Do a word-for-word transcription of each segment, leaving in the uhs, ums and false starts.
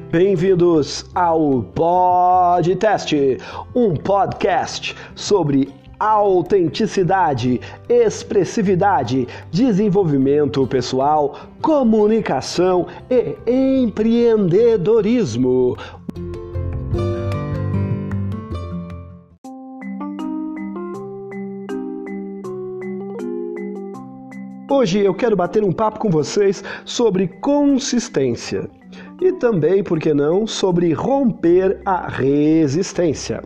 Bem-vindos ao Podcast, um podcast sobre autenticidade, expressividade, desenvolvimento pessoal, comunicação e empreendedorismo. Hoje eu quero bater um papo com vocês sobre consistência e também, por que não, sobre romper a resistência.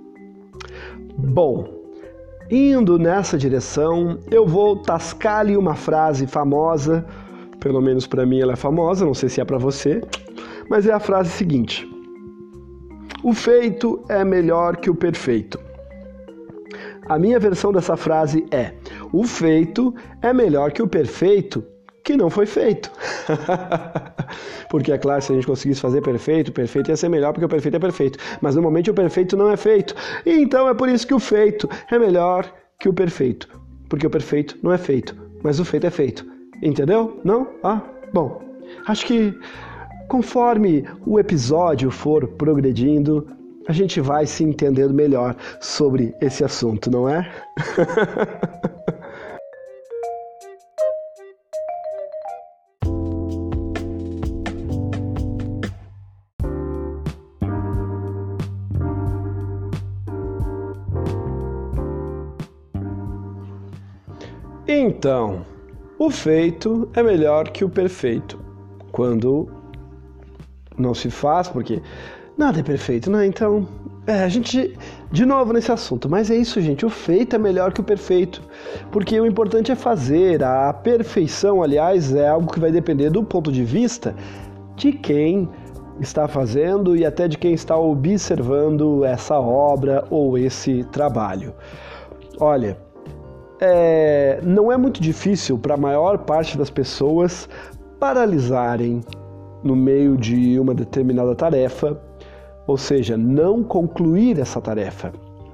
Bom, indo nessa direção, eu vou tascar-lhe uma frase famosa, pelo menos para mim ela é famosa, não sei se é para você, mas é a frase seguinte: o feito é melhor que o perfeito. A minha versão dessa frase é: o feito é melhor que o perfeito que não foi feito. Porque, é claro, se a gente conseguisse fazer perfeito, o perfeito ia ser melhor porque o perfeito é perfeito. Mas, normalmente, o perfeito não é feito. E, então, é por isso que o feito é melhor que o perfeito. Porque o perfeito não é feito, mas o feito é feito. Entendeu? Não? Ah, bom. Acho que, conforme o episódio for progredindo, a gente vai se entendendo melhor sobre esse assunto, não é? Então, o feito é melhor que o perfeito. Quando não se faz, porque nada é perfeito, né? Então, é, a gente, de novo nesse assunto, mas é isso, gente, o feito é melhor que o perfeito, porque o importante é fazer. A perfeição, aliás, é algo que vai depender do ponto de vista de quem está fazendo e até de quem está observando essa obra ou esse trabalho. Olha, é, não é muito difícil para a maior parte das pessoas paralisarem no meio de uma determinada tarefa, ou seja, não concluir essa tarefa.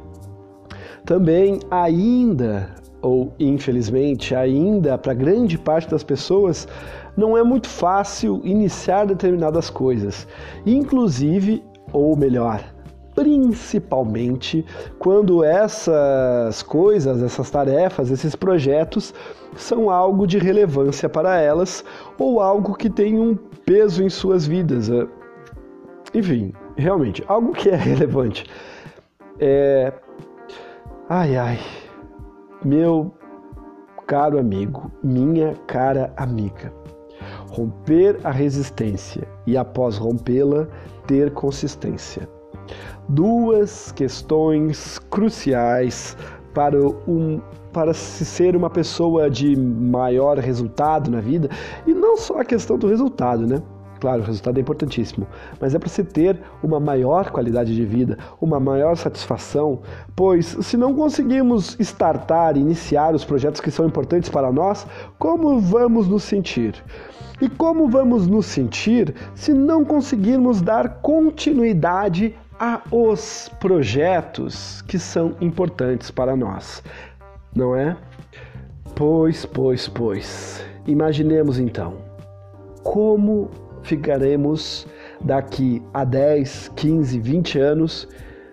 Também ainda, ou infelizmente ainda, para grande parte das pessoas, não é muito fácil iniciar determinadas coisas. Inclusive, ou melhor, principalmente quando essas coisas, essas tarefas, esses projetos são algo de relevância para elas ou algo que tem um peso em suas vidas. Enfim, realmente, algo que é relevante. É... Ai, ai, meu caro amigo, minha cara amiga, romper a resistência e após rompê-la, ter consistência. Duas questões cruciais para, um, para se ser uma pessoa de maior resultado na vida, e não só a questão do resultado, né? Claro, o resultado é importantíssimo, mas é para se ter uma maior qualidade de vida, uma maior satisfação, pois se não conseguimos startar, iniciar os projetos que são importantes para nós, como vamos nos sentir? E como vamos nos sentir se não conseguirmos dar continuidade aos projetos que são importantes para nós? Não é? Pois, pois, pois. Imaginemos então, como ficaremos daqui a dez, quinze, vinte anos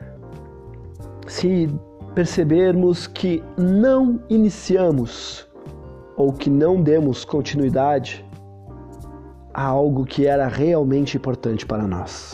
se percebermos que não iniciamos ou que não demos continuidade a algo que era realmente importante para nós.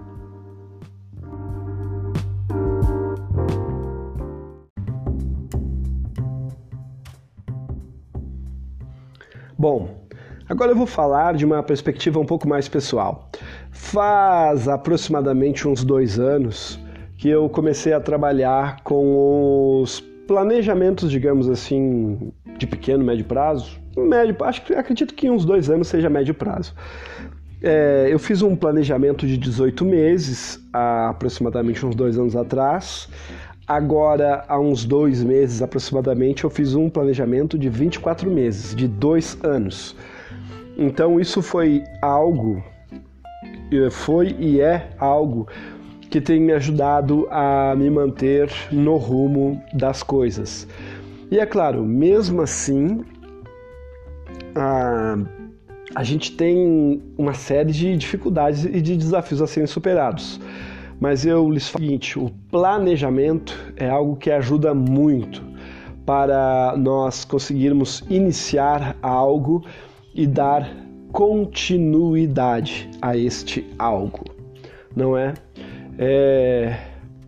Bom, agora eu vou falar de uma perspectiva um pouco mais pessoal. Faz aproximadamente uns dois anos que eu comecei a trabalhar com os planejamentos, digamos assim, de pequeno, médio prazo. Médio, acho que acredito que uns dois anos seja médio prazo. É, eu fiz um planejamento de dezoito meses, há aproximadamente uns dois anos atrás. Agora, há uns dois meses aproximadamente, eu fiz um planejamento de vinte e quatro meses, de dois anos. Então, isso foi algo, foi e é algo que tem me ajudado a me manter no rumo das coisas. E é claro, mesmo assim, ah, a gente tem uma série de dificuldades e de desafios a serem superados. Mas eu lhes falo o seguinte, o planejamento é algo que ajuda muito para nós conseguirmos iniciar algo e dar continuidade a este algo, não é? É...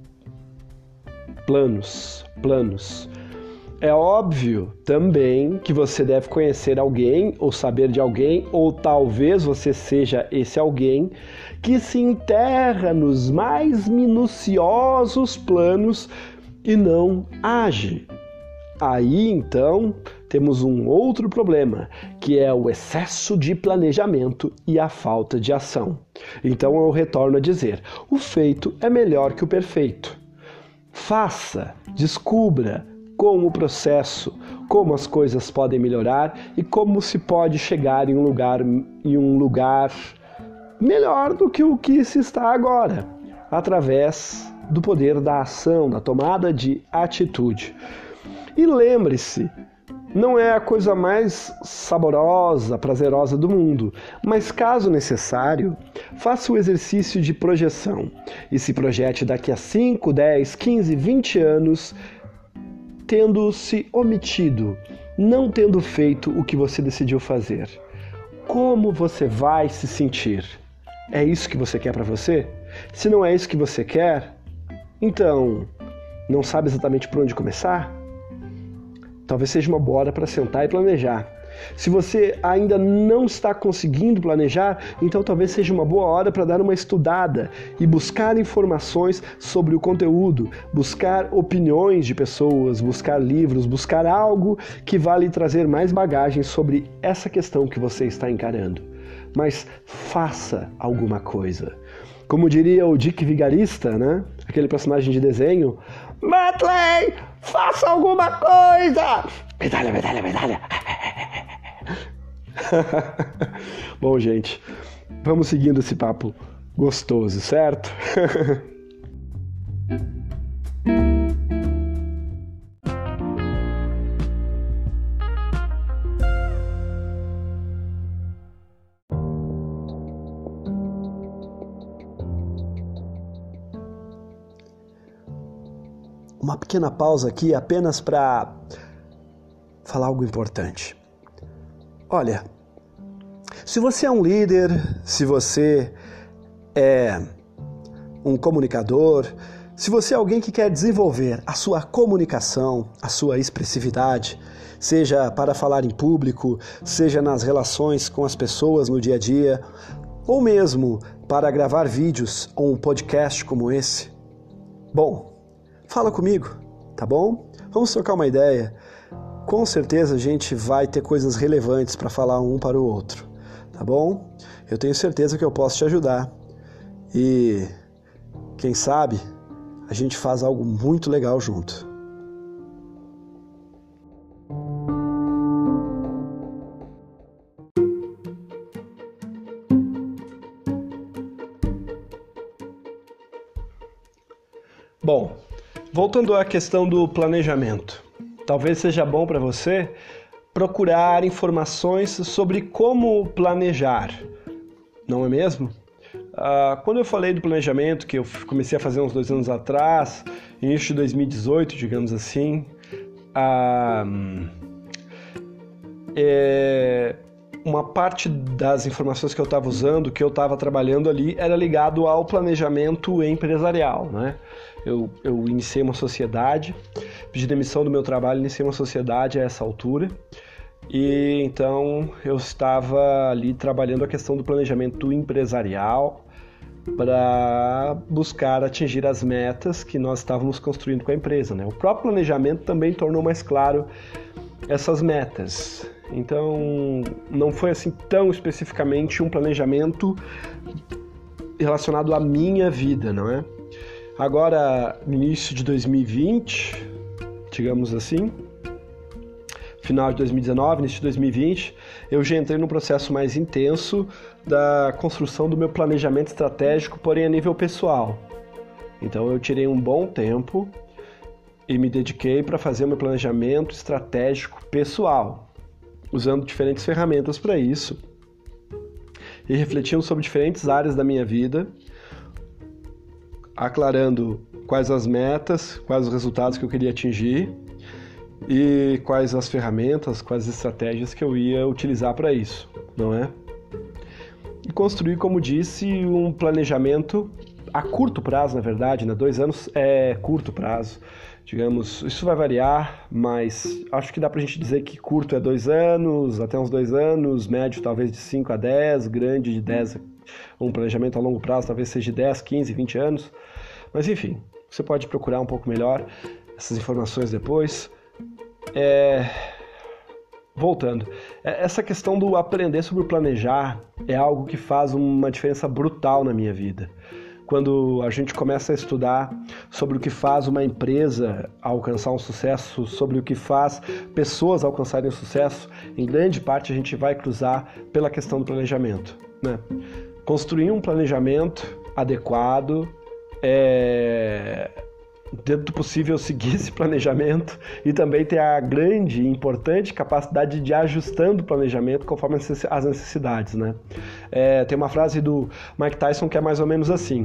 Planos, planos. É óbvio também que você deve conhecer alguém ou saber de alguém, ou talvez você seja esse alguém que se enterra nos mais minuciosos planos e não age. Aí, então, temos um outro problema, que é o excesso de planejamento e a falta de ação. Então eu retorno a dizer, o feito é melhor que o perfeito. Faça, descubra como o processo, como as coisas podem melhorar e como se pode chegar em um lugar, em um lugar melhor do que o que se está agora, através do poder da ação, da tomada de atitude. E lembre-se, não é a coisa mais saborosa, prazerosa do mundo, mas caso necessário, faça o exercício de projeção e se projete daqui a cinco, dez, quinze, vinte anos tendo se omitido, não tendo feito o que você decidiu fazer. Como você vai se sentir? É isso que você quer para você? Se não é isso que você quer, então não sabe exatamente por onde começar? Talvez seja uma boa hora para sentar e planejar. Se você ainda não está conseguindo planejar, então talvez seja uma boa hora para dar uma estudada e buscar informações sobre o conteúdo, buscar opiniões de pessoas, buscar livros, buscar algo que vá lhe trazer mais bagagem sobre essa questão que você está encarando. Mas faça alguma coisa. Como diria o Dick Vigarista, né? Aquele personagem de desenho, Muttley, faça alguma coisa! Medalha, medalha, medalha! Bom, gente, vamos seguindo esse papo gostoso, certo? Uma pequena pausa aqui apenas para falar algo importante. Olha, se você é um líder, se você é um comunicador, se você é alguém que quer desenvolver a sua comunicação, a sua expressividade, seja para falar em público, seja nas relações com as pessoas no dia a dia, ou mesmo para gravar vídeos ou um podcast como esse, bom, fala comigo, tá bom? Vamos trocar uma ideia. Com certeza a gente vai ter coisas relevantes para falar um para o outro, tá bom? Eu tenho certeza que eu posso te ajudar. E quem sabe a gente faz algo muito legal junto. Bom, voltando à questão do planejamento. Talvez seja bom para você procurar informações sobre como planejar, não é mesmo? Ah, quando eu falei do planejamento, que eu comecei a fazer uns dois anos atrás, início de dois mil e dezoito, digamos assim, ah, é, uma parte das informações que eu estava usando, que eu estava trabalhando ali, era ligado ao planejamento empresarial, né? Eu, eu iniciei uma sociedade, pedi demissão do meu trabalho, iniciei uma sociedade a essa altura e então eu estava ali trabalhando a questão do planejamento empresarial para buscar atingir as metas que nós estávamos construindo com a empresa, né? O próprio planejamento também tornou mais claro essas metas. Então não foi assim tão especificamente um planejamento relacionado à minha vida, não é? Agora, no início de dois mil e vinte, digamos assim, final de dois mil e dezenove, início de dois mil e vinte, eu já entrei num processo mais intenso da construção do meu planejamento estratégico, porém a nível pessoal. Então eu tirei um bom tempo e me dediquei para fazer o meu planejamento estratégico pessoal, usando diferentes ferramentas para isso. e refletindo sobre diferentes áreas da minha vida, aclarando quais as metas, quais os resultados que eu queria atingir e quais as ferramentas, quais as estratégias que eu ia utilizar para isso, não é? E construir, como disse, um planejamento a curto prazo, na verdade, né? Dois anos é curto prazo, digamos, isso vai variar, mas acho que dá pra gente dizer que curto é dois anos, até uns dois anos, médio talvez de cinco a dez, grande de dez, um planejamento a longo prazo talvez seja de dez, quinze, vinte anos, mas enfim, você pode procurar um pouco melhor essas informações depois. É... Voltando, essa questão do aprender sobre planejar é algo que faz uma diferença brutal na minha vida. Quando a gente começa a estudar sobre o que faz uma empresa alcançar um sucesso, sobre o que faz pessoas alcançarem o sucesso, em grande parte a gente vai cruzar pela questão do planejamento, né? Construir um planejamento adequado, é... dentro do possível seguir esse planejamento e também ter a grande e importante capacidade de ir ajustando o planejamento conforme as necessidades, né? É, tem uma frase do Mike Tyson que é mais ou menos assim: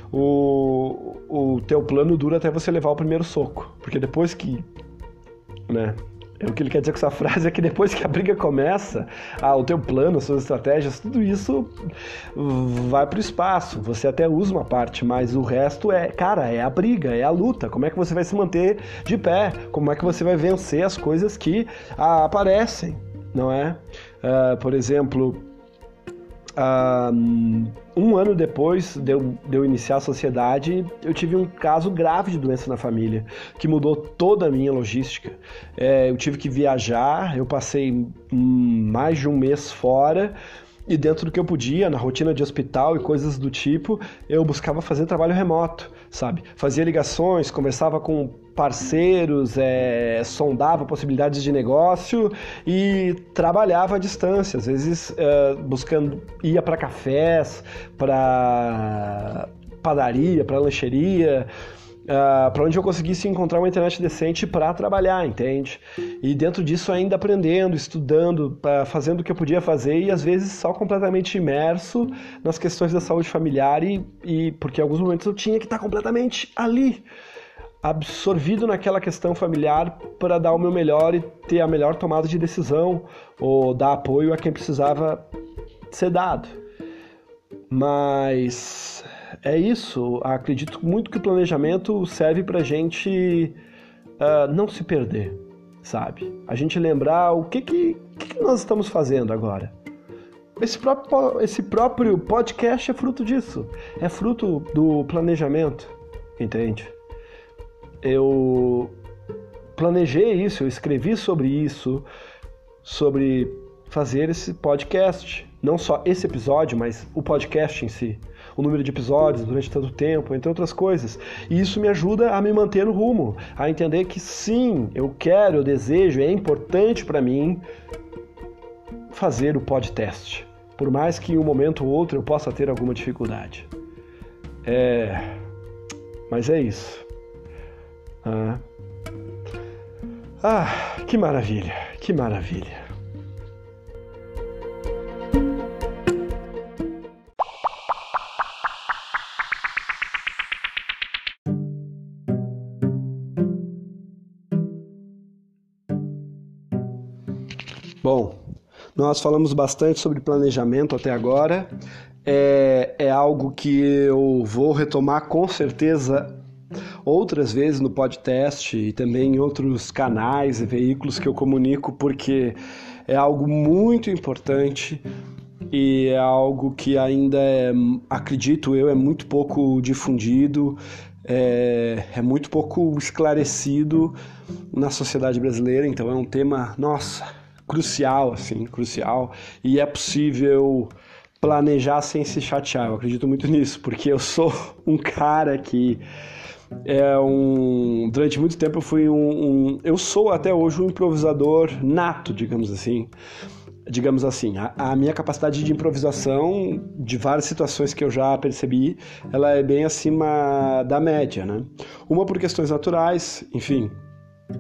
o, o teu plano dura até você levar o primeiro soco, porque depois que, né? O que ele quer dizer com essa frase é que depois que a briga começa, ah, o teu plano, as suas estratégias, tudo isso vai para o espaço. Você até usa uma parte, mas o resto é, cara, é a briga, é a luta. Como é que você vai se manter de pé? Como é que você vai vencer as coisas que ah, aparecem, não é? Uh, por exemplo, uh, um ano depois de eu, de eu iniciar a sociedade, eu tive um caso grave de doença na família, que mudou toda a minha logística. É, eu tive que viajar, eu passei hum, mais de um mês fora, e dentro do que eu podia, na rotina de hospital e coisas do tipo, eu buscava fazer trabalho remoto, sabe? Fazia ligações, conversava com parceiros, é, sondava possibilidades de negócio e trabalhava à distância, às vezes é, buscando, ia para cafés, para padaria, para lancheria, Uh, para onde eu conseguisse encontrar uma internet decente para trabalhar, entende? E dentro disso ainda aprendendo, estudando, uh, fazendo o que eu podia fazer e às vezes só completamente imerso nas questões da saúde familiar e, e porque em alguns momentos eu tinha que estar completamente ali, absorvido naquela questão familiar para dar o meu melhor e ter a melhor tomada de decisão ou dar apoio a quem precisava ser dado. Mas é isso, acredito muito que o planejamento serve para a gente uh, não se perder, sabe? A gente lembrar o que, que, que nós estamos fazendo agora. Esse próprio, esse próprio podcast é fruto disso, é fruto do planejamento, entende? Eu planejei isso, eu escrevi sobre isso, sobre fazer esse podcast. Não só esse episódio, mas o podcast em si. O número de episódios durante tanto tempo, entre outras coisas. E isso me ajuda a me manter no rumo, a entender que sim, eu quero, eu desejo, é importante para mim fazer o podcast. Por mais que em um momento ou outro eu possa ter alguma dificuldade. É... Mas é isso. Ah, ah que maravilha, que maravilha. Bom, nós falamos bastante sobre planejamento até agora. É, é algo que eu vou retomar com certeza outras vezes no podcast e também em outros canais e veículos que eu comunico, porque é algo muito importante e é algo que ainda, é, acredito eu, é muito pouco difundido, é, é muito pouco esclarecido na sociedade brasileira. Então é um tema, nossa, crucial, assim, crucial, e é possível planejar sem se chatear. Eu acredito muito nisso, porque eu sou um cara que é um... Durante muito tempo eu fui um... um eu sou até hoje um improvisador nato, digamos assim. Digamos assim, a, a minha capacidade de improvisação, de várias situações que eu já percebi, ela é bem acima da média, né? Uma por questões naturais, enfim...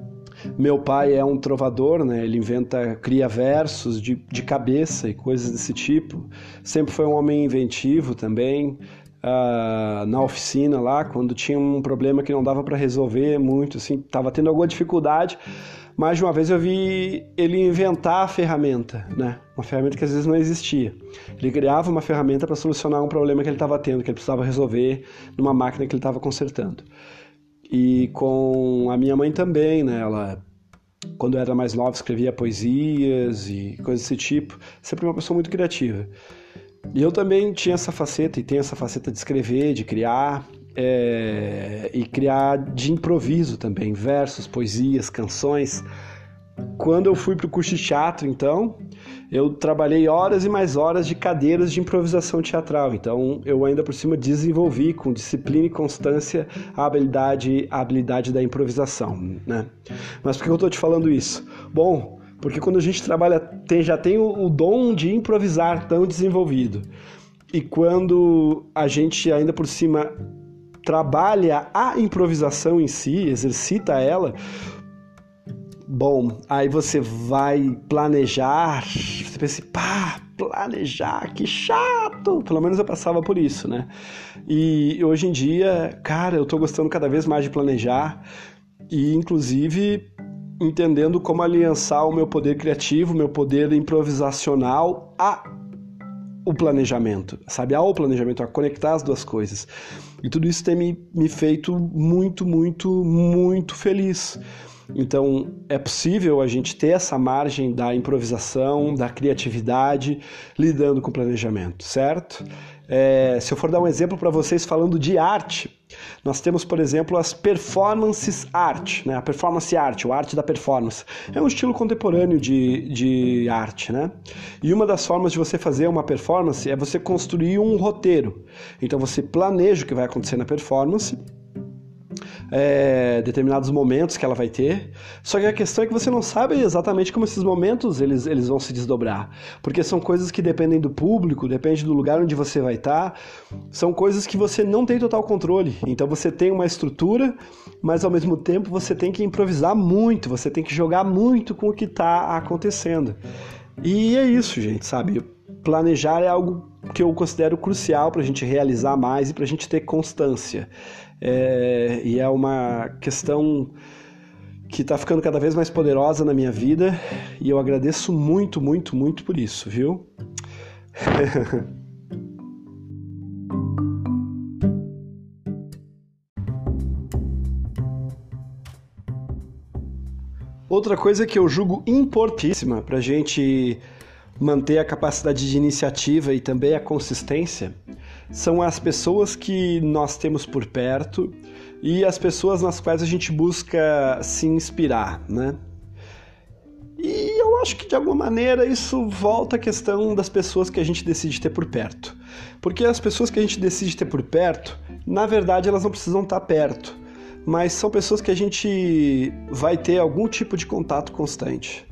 Meu pai é um trovador, né? Ele inventa, cria versos de, de cabeça e coisas desse tipo. Sempre foi um homem inventivo também. Uh, na oficina lá, quando tinha um problema que não dava para resolver muito, assim, estava tendo alguma dificuldade, mais de uma vez eu vi ele inventar a ferramenta, né? Uma ferramenta que às vezes não existia. Ele criava uma ferramenta para solucionar um problema que ele estava tendo, que ele precisava resolver numa máquina que ele estava consertando. E com a minha mãe também, né? Ela, quando era mais nova, escrevia poesias e coisas desse tipo. Sempre uma pessoa muito criativa. E eu também tinha essa faceta, e tenho essa faceta de escrever, de criar, é, e criar de improviso também, versos, poesias, canções. Quando eu fui para o curso de teatro, então, eu trabalhei horas e mais horas de cadeiras de improvisação teatral. Então, eu ainda por cima desenvolvi com disciplina e constância a habilidade, a habilidade da improvisação, né? Mas por que eu estou te falando isso? Bom, porque quando a gente trabalha, tem, já tem o, o dom de improvisar tão desenvolvido. E quando a gente ainda por cima trabalha a improvisação em si, exercita ela, bom, aí você vai planejar, você pensa, pá, planejar, que chato! Pelo menos eu passava por isso, né? E hoje em dia, cara, eu tô gostando cada vez mais de planejar e, inclusive, entendendo como aliançar o meu poder criativo, o meu poder improvisacional a o planejamento, sabe? Ao planejamento, a conectar as duas coisas. E tudo isso tem me, me feito muito, muito, muito feliz. Então, é possível a gente ter essa margem da improvisação, da criatividade, lidando com o planejamento, certo? É, se eu for dar um exemplo para vocês falando de arte, nós temos, por exemplo, as performances art, né? A performance art, o arte da performance. É um estilo contemporâneo de, de arte, né? E uma das formas de você fazer uma performance é você construir um roteiro. Então, você planeja o que vai acontecer na performance, É, determinados momentos que ela vai ter, só que a questão é que você não sabe exatamente como esses momentos eles, eles vão se desdobrar, porque são coisas que dependem do público, depende do lugar onde você vai estar, são coisas que você não tem total controle, então você tem uma estrutura, mas ao mesmo tempo você tem que improvisar muito, você tem que jogar muito com o que está acontecendo. E é isso, gente, sabe? Planejar é algo que eu considero crucial para a gente realizar mais e para a gente ter constância. É, e é uma questão que está ficando cada vez mais poderosa na minha vida e eu agradeço muito, muito, muito por isso, viu? Outra coisa que eu julgo importantíssima para a gente manter a capacidade de iniciativa e também a consistência são as pessoas que nós temos por perto e as pessoas nas quais a gente busca se inspirar, né? E eu acho que de alguma maneira isso volta à questão das pessoas que a gente decide ter por perto. Porque as pessoas que a gente decide ter por perto, na verdade elas não precisam estar perto, mas são pessoas que a gente vai ter algum tipo de contato constante.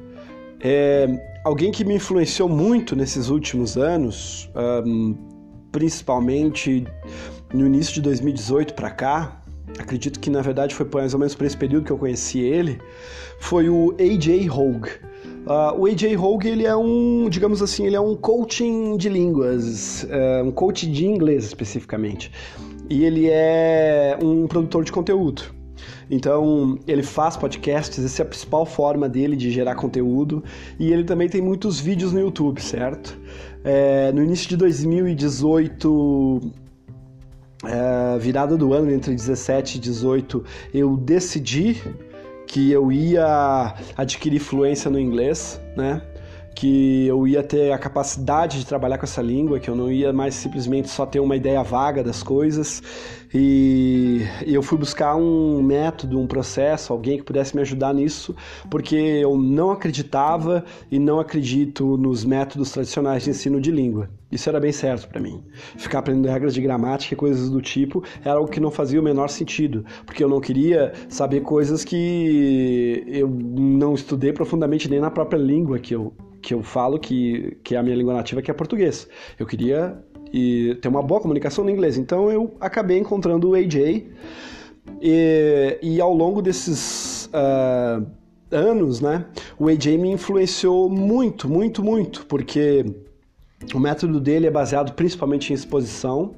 É, alguém que me influenciou muito nesses últimos anos, um, principalmente no início de dois mil e dezoito para cá, acredito que na verdade foi mais ou menos por esse período que eu conheci ele, foi o A J Hogue. Uh, o A J Hogue, ele é um, digamos assim, ele é um coaching de línguas, uh, um coach de inglês especificamente, e ele é um produtor de conteúdo. Então, ele faz podcasts, essa é a principal forma dele de gerar conteúdo, e ele também tem muitos vídeos no YouTube, certo? É, no início de dois mil e dezoito, é, virada do ano, entre dezessete e dezoito, eu decidi que eu ia adquirir fluência no inglês, né? Que eu ia ter a capacidade de trabalhar com essa língua, que eu não ia mais simplesmente só ter uma ideia vaga das coisas. E eu fui buscar um método, um processo, alguém que pudesse me ajudar nisso, porque eu não acreditava e não acredito nos métodos tradicionais de ensino de língua. Isso era bem certo para mim. Ficar aprendendo regras de gramática e coisas do tipo era algo que não fazia o menor sentido, porque eu não queria saber coisas que eu não estudei profundamente nem na própria língua que eu, que eu falo, que, que é a minha língua nativa, que é português. Eu queria e ter uma boa comunicação no inglês. Então eu acabei encontrando o A J E, e ao longo desses uh, anos, né, o A J me influenciou muito, muito, muito, porque o método dele é baseado principalmente em exposição.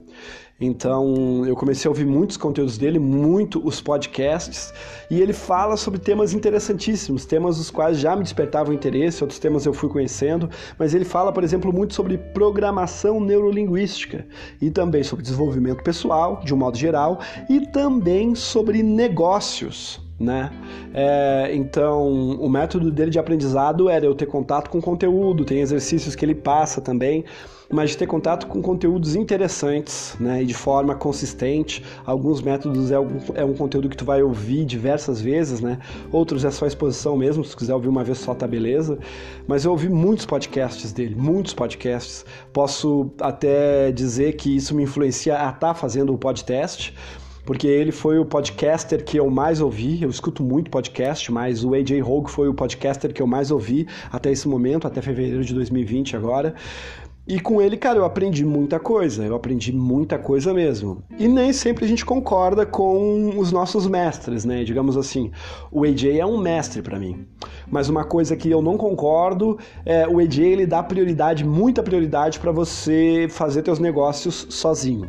Então, eu comecei a ouvir muitos conteúdos dele, muito os podcasts, e ele fala sobre temas interessantíssimos, temas os quais já me despertavam interesse, outros temas eu fui conhecendo, mas ele fala, por exemplo, muito sobre programação neurolinguística, e também sobre desenvolvimento pessoal, de um modo geral, e também sobre negócios, né? É, então, o método dele de aprendizado era eu ter contato com conteúdo, tem exercícios que ele passa também, mas de ter contato com conteúdos interessantes, né, e de forma consistente. Alguns métodos é, algum, é um conteúdo que tu vai ouvir diversas vezes, né? Outros é só exposição mesmo, se tu quiser ouvir uma vez só tá beleza. Mas eu ouvi muitos podcasts dele, muitos podcasts. Posso até dizer que isso me influencia a estar fazendo o podcast, porque ele foi o podcaster que eu mais ouvi. Eu escuto muito podcast, mas o A J Hogue foi o podcaster que eu mais ouvi até esse momento, até fevereiro de dois mil e vinte agora. E com ele, cara, eu aprendi muita coisa, eu aprendi muita coisa mesmo. E nem sempre a gente concorda com os nossos mestres, né? Digamos assim, o A J é um mestre para mim. Mas uma coisa que eu não concordo é o A J, ele dá prioridade, muita prioridade para você fazer teus negócios sozinho.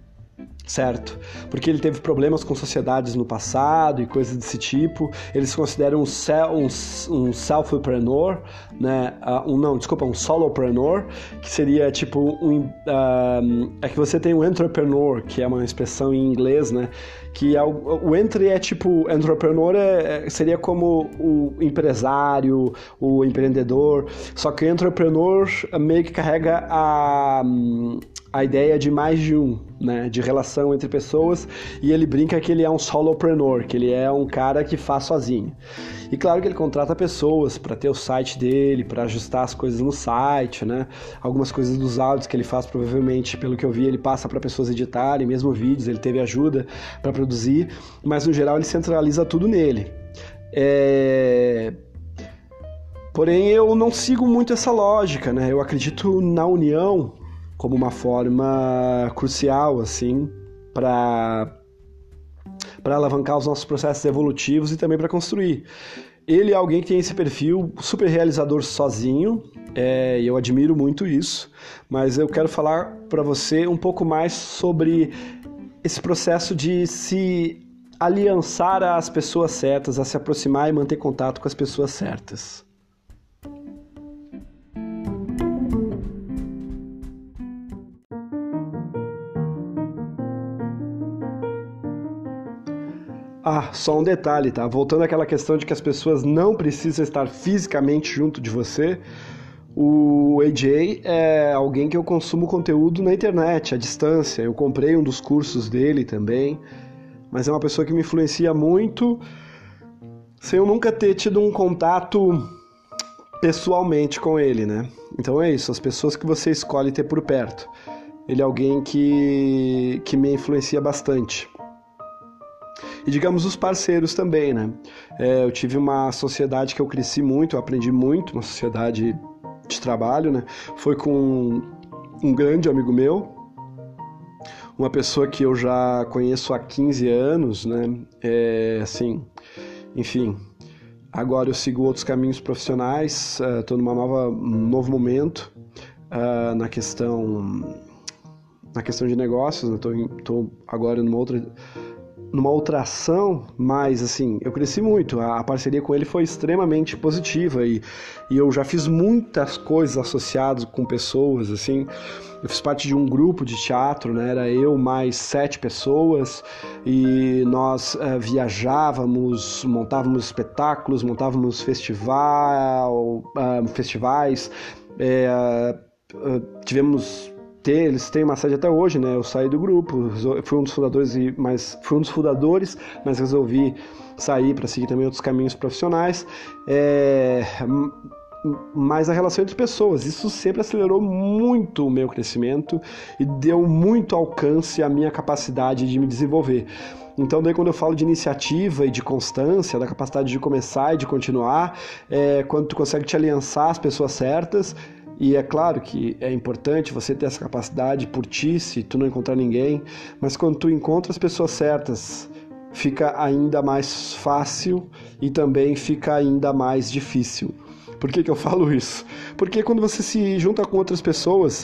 Certo? Porque ele teve problemas com sociedades no passado e coisas desse tipo. Ele se considera um, um, um self-preneur, né? Uh, um, não, desculpa, um solopreneur, que seria tipo um... Uh, é que você tem um entrepreneur, que é uma expressão em inglês, né? Que é o, o entre é tipo... Entrepreneur é, é, seria como o empresário, o empreendedor, só que o entrepreneur meio que carrega a... a ideia de mais de um, né, de relação entre pessoas, e ele brinca que ele é um solopreneur, que ele é um cara que faz sozinho. E claro que ele contrata pessoas para ter o site dele, para ajustar as coisas no site, né, algumas coisas dos áudios que ele faz, provavelmente, pelo que eu vi, ele passa para pessoas editarem, mesmo vídeos, ele teve ajuda para produzir, mas no geral ele centraliza tudo nele. É... Porém, eu não sigo muito essa lógica, né, eu acredito na união como uma forma crucial, assim, para para alavancar os nossos processos evolutivos e também para construir. Ele é alguém que tem esse perfil super realizador sozinho, é, e eu admiro muito isso, mas eu quero falar para você um pouco mais sobre esse processo de se aliançar às pessoas certas, a se aproximar e manter contato com as pessoas certas. Ah, só um detalhe, tá? Voltando àquela questão de que as pessoas não precisam estar fisicamente junto de você, o A J é alguém que eu consumo conteúdo na internet, à distância. Eu comprei um dos cursos dele também, mas é uma pessoa que me influencia muito, sem eu nunca ter tido um contato pessoalmente com ele, né? Então é isso, as pessoas que você escolhe ter por perto. Ele é alguém que, que me influencia bastante. E digamos os parceiros também, né? É, eu tive uma sociedade que eu cresci muito, eu aprendi muito, uma sociedade de trabalho, né? Foi com um grande amigo meu, uma pessoa que eu já conheço há quinze anos, né? É, assim, enfim, agora eu sigo outros caminhos profissionais, estou uh, numa nova, um novo momento uh, na questão na questão de negócios, estou né? agora numa outra numa outra ação, mas assim, eu cresci muito, a, a parceria com ele foi extremamente positiva e, e eu já fiz muitas coisas associadas com pessoas, assim, eu fiz parte de um grupo de teatro, né, era eu mais sete pessoas e nós uh, viajávamos, montávamos espetáculos, montávamos festival, uh, festivais, é, uh, tivemos eles têm uma sede até hoje, né? Eu saí do grupo, fui um dos fundadores, mas fui um dos fundadores, mas resolvi sair para seguir também outros caminhos profissionais. É, mas a relação entre pessoas, isso sempre acelerou muito o meu crescimento e deu muito alcance à minha capacidade de me desenvolver. Então, daí quando eu falo de iniciativa e de constância, da capacidade de começar e de continuar, é quando tu consegue te aliançar às pessoas certas. E é claro que é importante você ter essa capacidade por ti, se tu não encontrar ninguém, mas quando tu encontra as pessoas certas fica ainda mais fácil e também fica ainda mais difícil. Por que que eu falo isso? Porque quando você se junta com outras pessoas,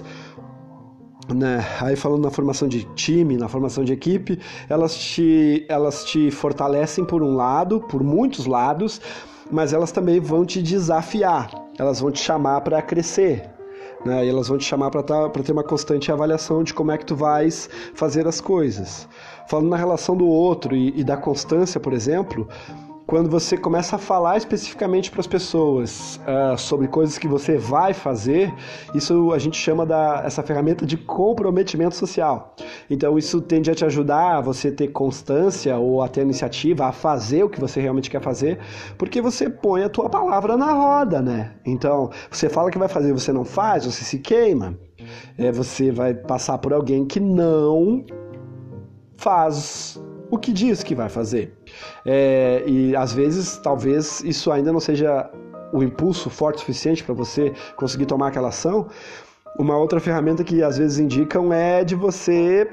né, aí falando na formação de time, na formação de equipe, elas te, elas te fortalecem por um lado, por muitos lados, mas elas também vão te desafiar, elas vão te chamar para crescer, né, e elas vão te chamar para tá, para ter uma constante avaliação de como é que tu vais fazer as coisas. Falando na relação do outro e, e da constância, por exemplo, quando você começa a falar especificamente para as pessoas uh, sobre coisas que você vai fazer, isso a gente chama da, essa ferramenta de comprometimento social. Então isso tende a te ajudar a você ter constância ou a ter iniciativa, a fazer o que você realmente quer fazer, porque você põe a tua palavra na roda, né? Então, você fala que vai fazer e você não faz, você se queima. É, você vai passar por alguém que não faz o que diz que vai fazer. É, e às vezes, talvez isso ainda não seja o impulso forte o suficiente para você conseguir tomar aquela ação. Uma outra ferramenta que às vezes indicam é de você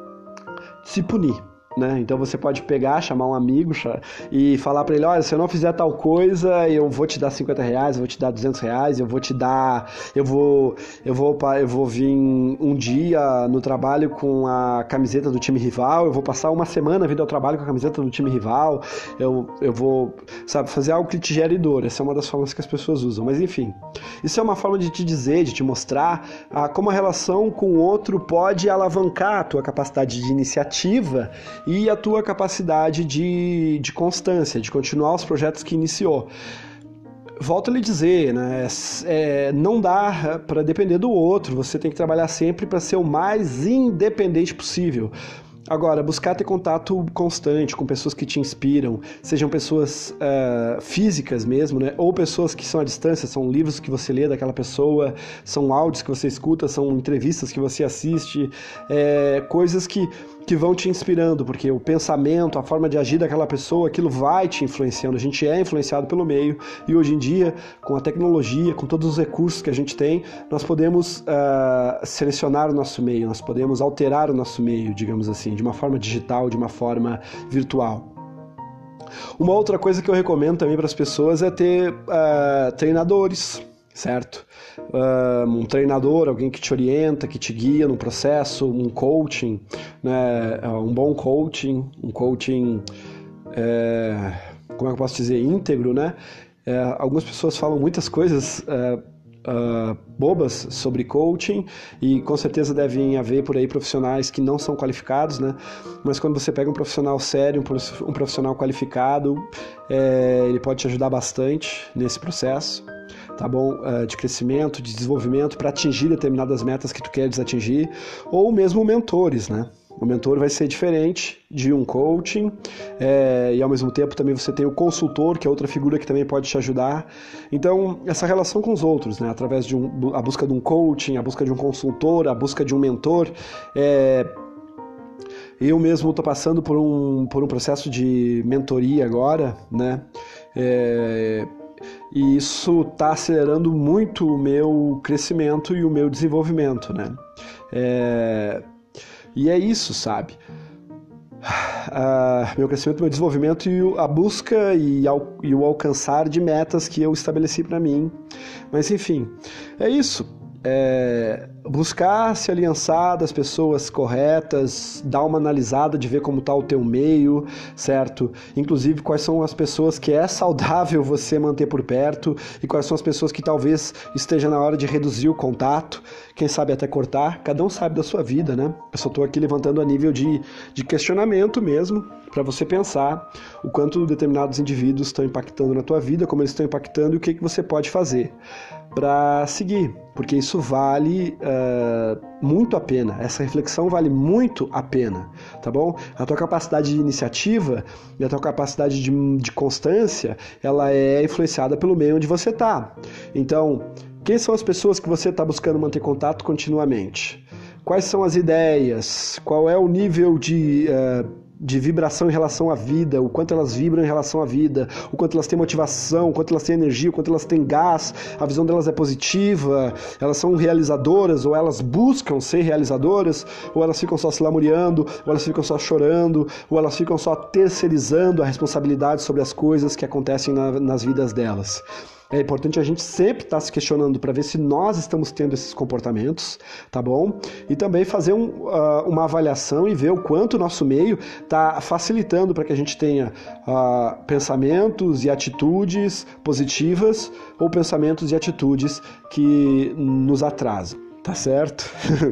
se punir, né? Então você pode pegar, chamar um amigo e falar para ele, olha, se eu não fizer tal coisa, eu vou te dar cinquenta reais, eu vou te dar duzentos reais, eu vou te dar, eu vou, eu vou, eu vou vir um dia no trabalho com a camiseta do time rival, eu vou passar uma semana vindo ao trabalho com a camiseta do time rival, eu, eu vou, sabe, fazer algo que te gere dor. Essa é uma das formas que as pessoas usam, mas enfim, isso é uma forma de te dizer, de te mostrar ah, como a relação com o outro pode alavancar a tua capacidade de iniciativa e a tua capacidade de, de constância, de continuar os projetos que iniciou. Volto a lhe dizer, né, é, não dá para depender do outro, você tem que trabalhar sempre para ser o mais independente possível. Agora, buscar ter contato constante com pessoas que te inspiram, sejam pessoas uh, físicas mesmo, né? Ou pessoas que são à distância, são livros que você lê daquela pessoa, são áudios que você escuta, são entrevistas que você assiste, é, coisas que, que vão te inspirando, porque o pensamento, a forma de agir daquela pessoa, aquilo vai te influenciando. A gente é influenciado pelo meio e hoje em dia, com a tecnologia, com todos os recursos que a gente tem, nós podemos uh, selecionar o nosso meio, nós podemos alterar o nosso meio, digamos assim, de uma forma digital, de uma forma virtual. Uma outra coisa que eu recomendo também para as pessoas é ter uh, treinadores, certo? Uh, um treinador, alguém que te orienta, que te guia no processo, um coaching, né? Um bom coaching, um coaching, é, como é que eu posso dizer, íntegro, né? É, algumas pessoas falam muitas coisas é, Uh, bobas sobre coaching e com certeza devem haver por aí profissionais que não são qualificados, né? Mas quando você pega um profissional sério, um profissional qualificado, é, ele pode te ajudar bastante nesse processo, tá bom? Uh, de crescimento, de desenvolvimento para atingir determinadas metas que tu queres atingir, ou mesmo mentores, né? O mentor vai ser diferente de um coaching é, e ao mesmo tempo também você tem o consultor, que é outra figura que também pode te ajudar. Então, essa relação com os outros, né, através de um, a busca de um coaching, a busca de um consultor, a busca de um mentor. É, eu mesmo estou passando por um, por um processo de mentoria agora, né? É, e isso está acelerando muito o meu crescimento e o meu desenvolvimento, né? É, E é isso, sabe? Uh, meu crescimento, meu desenvolvimento e a busca e, al- e o alcançar de metas que eu estabeleci para mim. Mas enfim, é isso. É buscar se aliançar das pessoas corretas, dar uma analisada de ver como está o teu meio, certo? Inclusive quais são as pessoas que é saudável você manter por perto e quais são as pessoas que talvez esteja na hora de reduzir o contato, quem sabe até cortar. Cada um sabe da sua vida, né? Eu só estou aqui levantando a nível de, de questionamento mesmo, para você pensar o quanto determinados indivíduos estão impactando na tua vida, como eles estão impactando e o que, que você pode fazer para seguir, porque isso vale uh, muito a pena, essa reflexão vale muito a pena, tá bom? A tua capacidade de iniciativa e a tua capacidade de, de constância, ela é influenciada pelo meio onde você está. Então, quem são as pessoas que você está buscando manter contato continuamente? Quais são as ideias? Qual é o nível de... Uh, de vibração em relação à vida, o quanto elas vibram em relação à vida, o quanto elas têm motivação, o quanto elas têm energia, o quanto elas têm gás, a visão delas é positiva, elas são realizadoras, ou elas buscam ser realizadoras, ou elas ficam só se lamuriando, ou elas ficam só chorando, ou elas ficam só terceirizando a responsabilidade sobre as coisas que acontecem na, nas vidas delas. É importante a gente sempre estar se questionando para ver se nós estamos tendo esses comportamentos, tá bom? E também fazer um, uh, uma avaliação e ver o quanto o nosso meio está facilitando para que a gente tenha uh, pensamentos e atitudes positivas ou pensamentos e atitudes que nos atrasam, tá certo?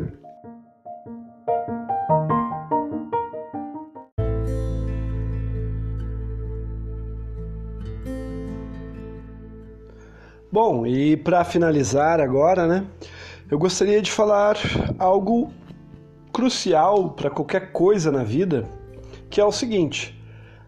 Bom, e para finalizar agora, né, eu gostaria de falar algo crucial para qualquer coisa na vida, que é o seguinte: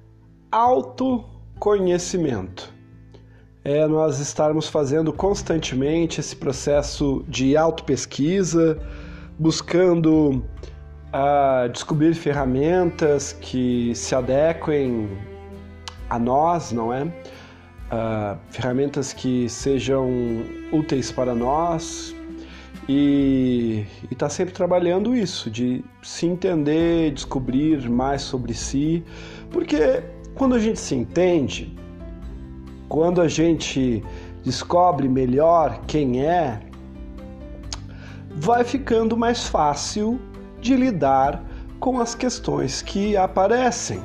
autoconhecimento. É nós estarmos fazendo constantemente esse processo de autopesquisa, buscando uh, descobrir ferramentas que se adequem a nós, não é? Uh, ferramentas que sejam úteis para nós e estar tá sempre trabalhando isso, de se entender, descobrir mais sobre si, porque quando a gente se entende, quando a gente descobre melhor quem é, vai ficando mais fácil de lidar com as questões que aparecem.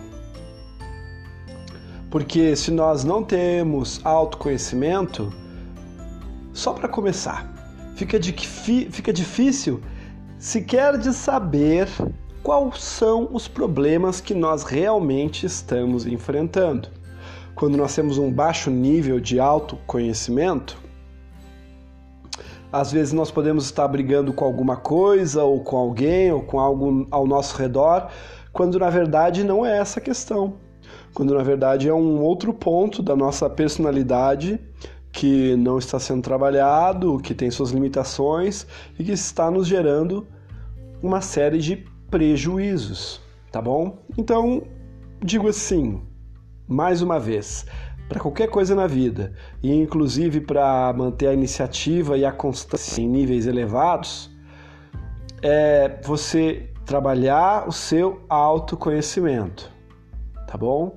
Porque se nós não temos autoconhecimento, só para começar, fica, de, fica difícil sequer de saber quais são os problemas que nós realmente estamos enfrentando. Quando nós temos um baixo nível de autoconhecimento, às vezes nós podemos estar brigando com alguma coisa, ou com alguém, ou com algo ao nosso redor, quando na verdade não é essa a questão. Quando na verdade é um outro ponto da nossa personalidade que não está sendo trabalhado, que tem suas limitações e que está nos gerando uma série de prejuízos, tá bom? Então, digo assim, mais uma vez, para qualquer coisa na vida, e inclusive para manter a iniciativa e a constância em níveis elevados, é você trabalhar o seu autoconhecimento, tá bom?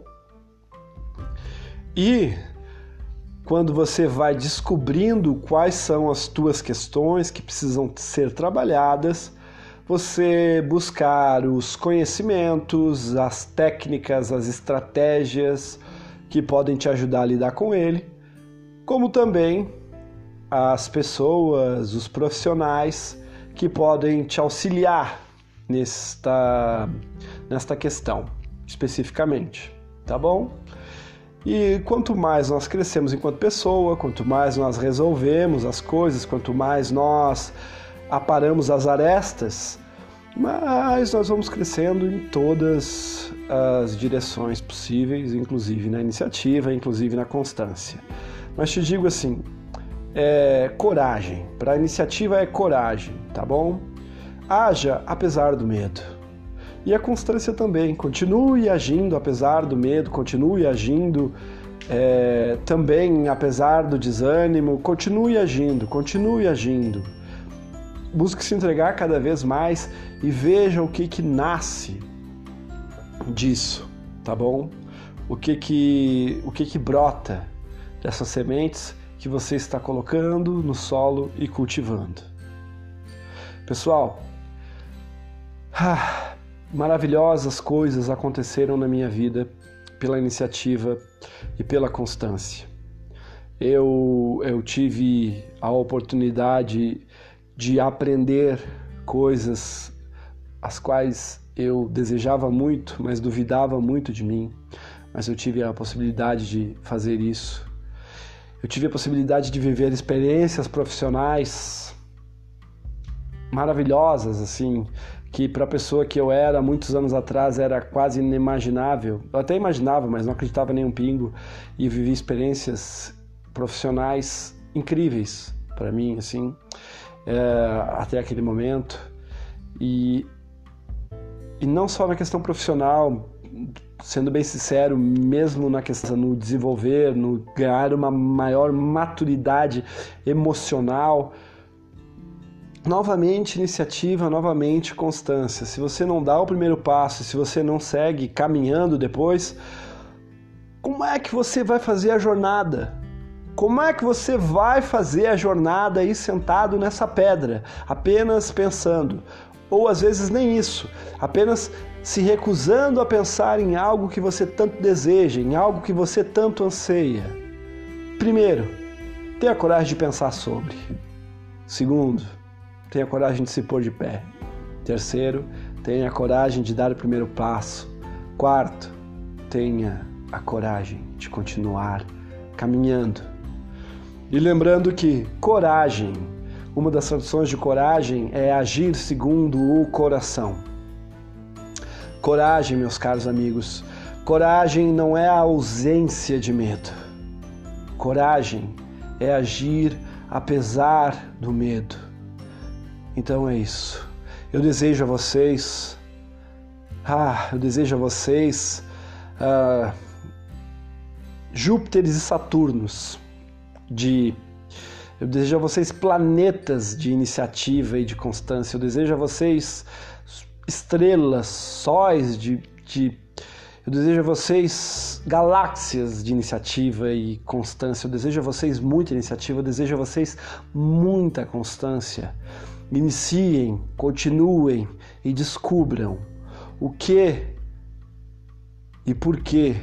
E quando você vai descobrindo quais são as tuas questões que precisam ser trabalhadas, você buscar os conhecimentos, as técnicas, as estratégias que podem te ajudar a lidar com ele, como também as pessoas, os profissionais que podem te auxiliar nesta, nesta questão, especificamente, tá bom? E quanto mais nós crescemos enquanto pessoa, quanto mais nós resolvemos as coisas, quanto mais nós aparamos as arestas, mais nós vamos crescendo em todas as direções possíveis, inclusive na iniciativa, inclusive na constância. Mas te digo assim, é coragem. Para a iniciativa é coragem, tá bom? Haja apesar do medo. E a constância também, continue agindo apesar do medo, continue agindo é, também apesar do desânimo, continue agindo, continue agindo. Busque se entregar cada vez mais e veja o que que nasce disso, tá bom? O que que, o que que brota dessas sementes que você está colocando no solo e cultivando. Pessoal, ah, maravilhosas coisas aconteceram na minha vida pela iniciativa e pela constância. Eu, eu tive a oportunidade de aprender coisas as quais eu desejava muito, mas duvidava muito de mim, mas eu tive a possibilidade de fazer isso. Eu tive a possibilidade de viver experiências profissionais maravilhosas, assim, que para a pessoa que eu era muitos anos atrás era quase inimaginável. Eu até imaginava, mas não acreditava nem um pingo, e vivi experiências profissionais incríveis para mim, assim, é, até aquele momento. E, e não só na questão profissional, sendo bem sincero, mesmo na questão no desenvolver, no ganhar uma maior maturidade emocional, novamente iniciativa, novamente constância. Se você não dá o primeiro passo, se você não segue caminhando depois, como é que você vai fazer a jornada? Como é que você vai fazer a jornada aí sentado nessa pedra, apenas pensando? Ou às vezes nem isso, apenas se recusando a pensar em algo que você tanto deseja, em algo que você tanto anseia. Primeiro, tenha coragem de pensar sobre. Segundo, tenha coragem de se pôr de pé. Terceiro, tenha coragem de dar o primeiro passo. Quarto, tenha a coragem de continuar caminhando. E lembrando que coragem, uma das traduções de coragem é agir segundo o coração. Coragem, meus caros amigos, coragem não é a ausência de medo. Coragem é agir apesar do medo. Então é isso. Eu desejo a vocês, ah, eu desejo a vocês ah, Júpiteres e Saturnos, de, eu desejo a vocês planetas de iniciativa e de constância. Eu desejo a vocês estrelas, sóis de, de eu desejo a vocês galáxias de iniciativa e constância. Eu desejo a vocês muita iniciativa, eu desejo a vocês muita constância. Iniciem, continuem e descubram o que e por que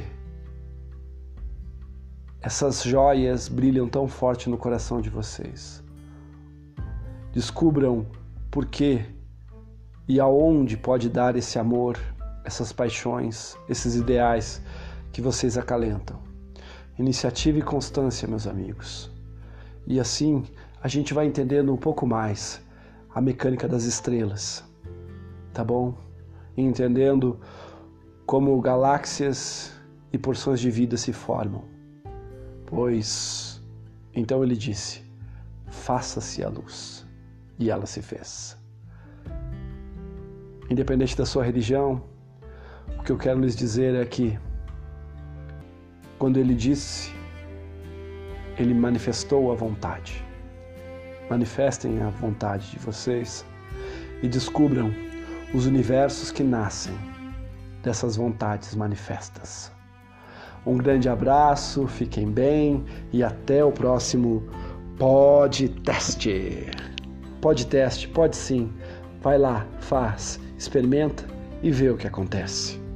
essas joias brilham tão forte no coração de vocês. Descubram por que e aonde pode dar esse amor, essas paixões, esses ideais que vocês acalentam. Iniciativa e constância, meus amigos. E assim a gente vai entendendo um pouco mais a mecânica das estrelas, tá bom? E entendendo como galáxias e porções de vida se formam. Pois, então ele disse, faça-se a luz, e ela se fez. Independente da sua religião, o que eu quero lhes dizer é que, quando ele disse, ele manifestou a vontade. Manifestem a vontade de vocês e descubram os universos que nascem dessas vontades manifestas. Um grande abraço, fiquem bem e até o próximo podcast. Podcast, pode sim. Vai lá, faz, experimenta e vê o que acontece.